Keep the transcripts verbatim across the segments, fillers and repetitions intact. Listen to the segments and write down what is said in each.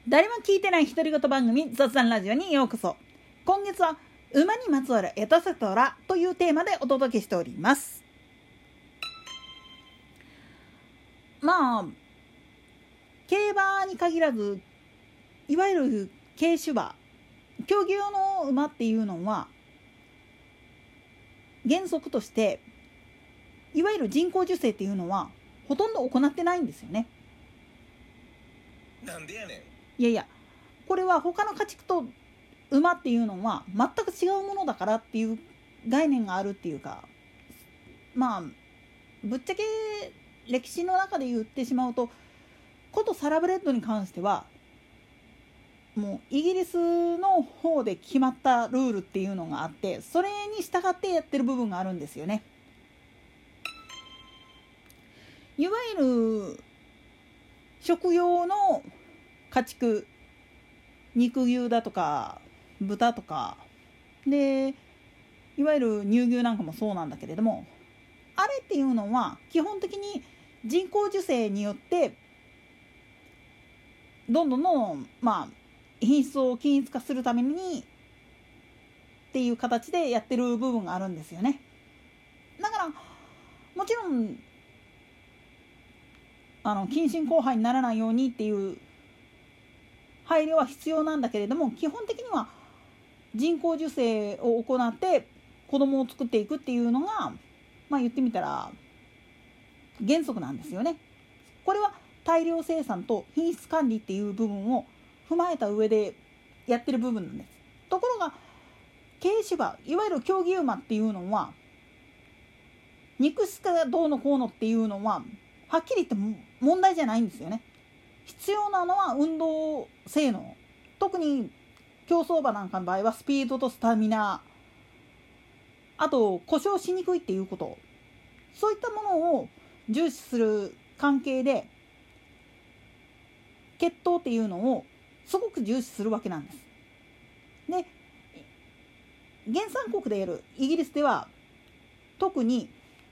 誰も聞いてない独り言番組雑談ラジオにようこそ。今月は馬にまつわるエトセトラというテーマでお届けしております。まあ競馬に限らず、いわゆる軽種馬、競技用の馬っていうのは原則としていわゆる人工授精っていうのはほとんど行ってないんですよね。 なんでやねん。 いやいや、これは他の家畜と馬っていうのは全く違うものだからっていう概念があるっていうか、まあぶっちゃけ歴史の中で言ってしまうと、ことサラブレッドに関してはもうイギリスの方で決まったルールっていうのがあって、それに従ってやってる部分があるんですよね。いわゆる食用の家畜、肉牛だとか豚とかで、いわゆる乳牛なんかもそうなんだけれども、あれっていうのは基本的に人工授精によってどんどんどんどんまあ品質を均一化するためにっていう形でやってる部分があるんですよね。だからもちろんあの近親交配にならないようにっていう配慮は必要なんだけれども、基本的には人工授精を行って子供を作っていくっていうのが、まあ言ってみたら原則なんですよね。これは大量生産と品質管理っていう部分を踏まえた上でやってる部分なんです。ところが軽種馬、いわゆる競技馬っていうのは肉質がどうのこうのっていうのははっきり言って問題じゃないんですよね。必要なのは運動性能、特に競走馬なんかの場合はスピードとスタミナ、あと故障しにくいっていうこと、そういったものを重視する関係で血統っていうのをすごく重視するわけなんです。で、原産国であるイギリスでは特に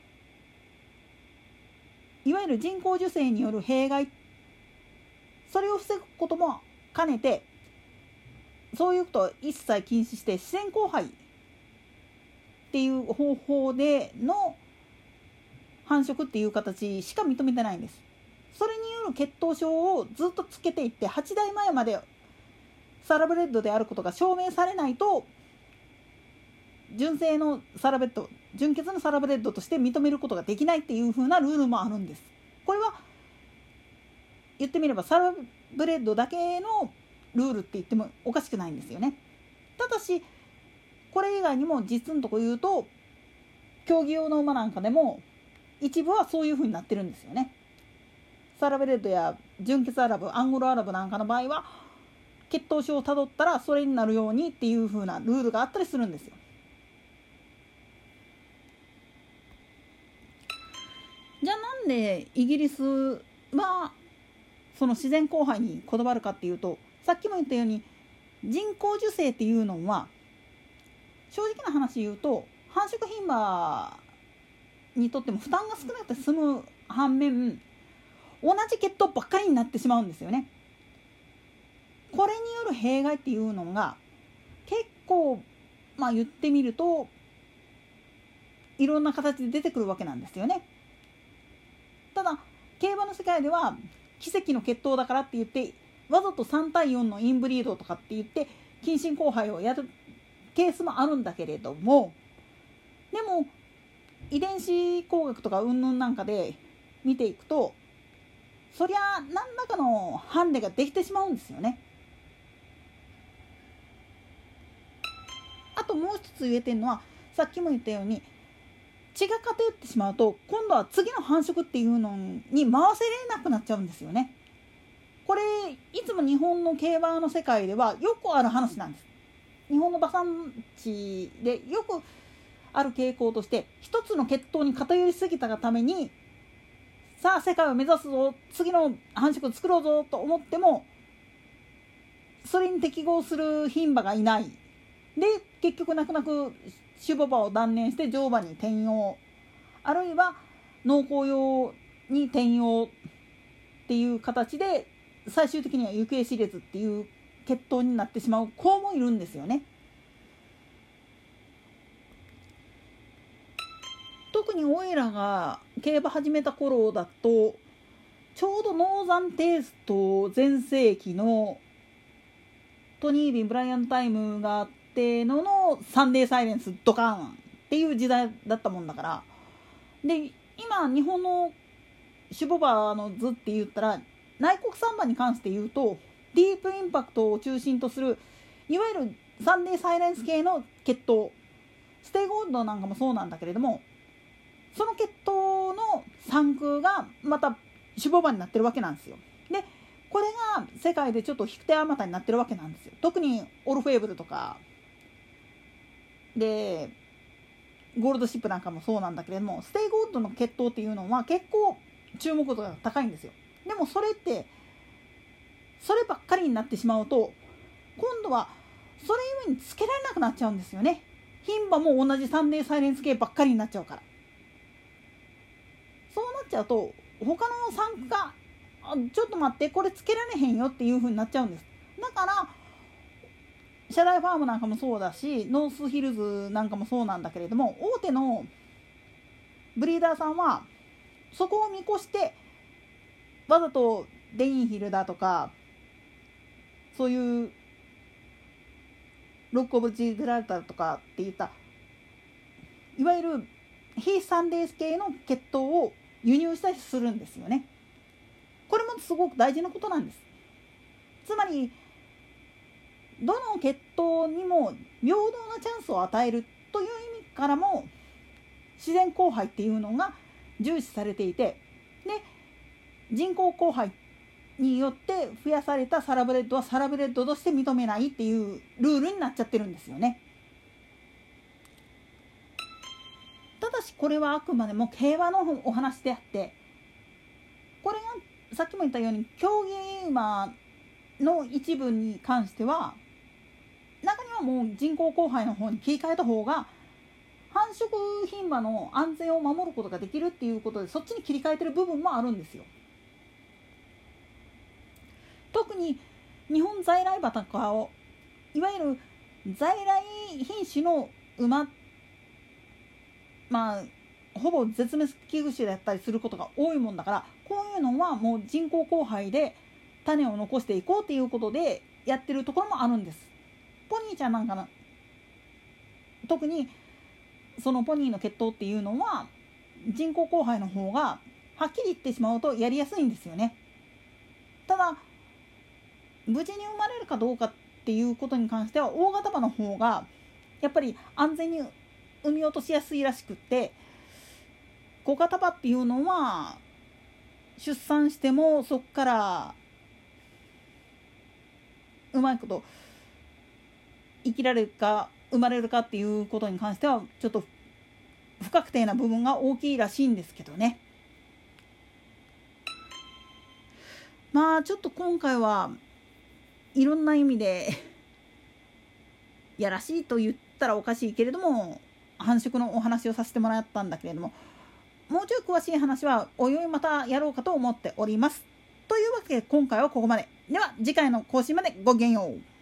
いわゆる人工授精による弊害、それを防ぐことも兼ねて、そういうことを一切禁止して自然交配っていう方法での繁殖っていう形しか認めてないんです。それによる血統症をずっとつけていってはちだいまえまでサラブレッドであることが証明されないと、純正のサラブレッド、純血のサラブレッドとして認めることができないっていう風なルールもあるんです。これは言ってみればサラブレッドだけのルールって言ってもおかしくないんですよね。ただしこれ以外にも実のとこ言うと、競技用の馬なんかでも一部はそういう風になってるんですよね。サラブレッドや純血アラブ、アンゴロアラブなんかの場合は血統症をたどったらそれになるようにっていう風なルールがあったりするんですよ。じゃあなんでイギリスはその自然交配にこだわるかっていうと、さっきも言ったように人工授精っていうのは正直な話言うと繁殖牝馬にとっても負担が少なくて済む反面、同じ血統ばっかりになってしまうんですよね。これによる弊害っていうのが結構まあ言ってみるといろんな形で出てくるわけなんですよね。ただ競馬の世界では奇跡の血統だからって言ってわざとさんたいよんのインブリードとかって言って近親交配をやるケースもあるんだけれども、でも遺伝子工学とか云々なんかで見ていくと、そりゃ何らかのハンデができてしまうんですよね。あともう一つ言えてるのは、さっきも言ったように血が偏ってしまうと今度は次の繁殖っていうのに回せれなくなっちゃうんですよね。これいつも日本の競馬の世界ではよくある話なんです。日本の馬産地でよくある傾向として、一つの血統に偏りすぎたがためにさあ世界を目指すぞ、次の繁殖を作ろうぞと思ってもそれに適合する牝馬がいないで、結局泣く泣く種牡馬を断念して乗馬に転用、あるいは農耕用に転用っていう形で最終的には行方知れずっていう決闘になってしまう子もいるんですよね。特にオイラが競馬始めた頃だとちょうどノーザンテイスト全盛期のトニー・ビン・ブライアンタイムがあってののサンデーサイレンスドカーンっていう時代だったもんだから、で今日本の種牡馬の図って言ったら内国産馬に関して言うとディープインパクトを中心とするいわゆるサンデーサイレンス系の血統、ステイゴールドなんかもそうなんだけれども、その血統の産空がまた種牡馬になってるわけなんですよ。でこれが世界でちょっと引く手あまたになってるわけなんですよ。特にオルフェーブルとかでゴールドシップなんかもそうなんだけれども、ステイゴールドの血統っていうのは結構注目度が高いんですよ。でもそれってそればっかりになってしまうと今度はそれゆえにつけられなくなっちゃうんですよね。牝馬も同じサンデーサイレンス系ばっかりになっちゃうから、そうなっちゃうと他の産区がちょっと待ってこれつけられへんよっていう風になっちゃうんです。だからシャダイファームなんかもそうだしノースヒルズなんかもそうなんだけれども、大手のブリーダーさんはそこを見越してわざとデインヒルだとかそういうロックオブジグラルタルとかっていったいわゆる非サンデース系の血統を輸入したりするんですよね。これもすごく大事なことなんです。つまりどの血統にも平等なチャンスを与えるという意味からも自然交配っていうのが重視されていて、で人工交配によって増やされたサラブレッドはサラブレッドとして認めないっていうルールになっちゃってるんですよね。ただしこれはあくまでも競馬のお話であって、これがさっきも言ったように競技馬の一部に関しては中にはもう人工交配の方に切り替えた方が繁殖牝馬の安全を守ることができるっていうことでそっちに切り替えてる部分もあるんですよ。特に日本在来馬とかをいわゆる在来品種の馬、まあほぼ絶滅危惧種だったりすることが多いもんだから、こういうのはもう人工交配で種を残していこうっていうことでやってるところもあるんです。ポニーちゃんなんかの特にそのポニーの血統っていうのは人工交配の方がはっきり言ってしまうとやりやすいんですよね。ただ無事に生まれるかどうかっていうことに関しては大型馬の方がやっぱり安全に産み落としやすいらしくって、小型馬っていうのは出産してもそこからうまいこと生きられるか生まれるかっていうことに関してはちょっと不確定な部分が大きいらしいんですけどね。まあちょっと今回はいろんな意味でやらしいと言ったらおかしいけれども繁殖のお話をさせてもらったんだけれども、もうちょい詳しい話はおいおいまたやろうかと思っております。というわけで今回はここまで。では次回の更新までごきげんよう。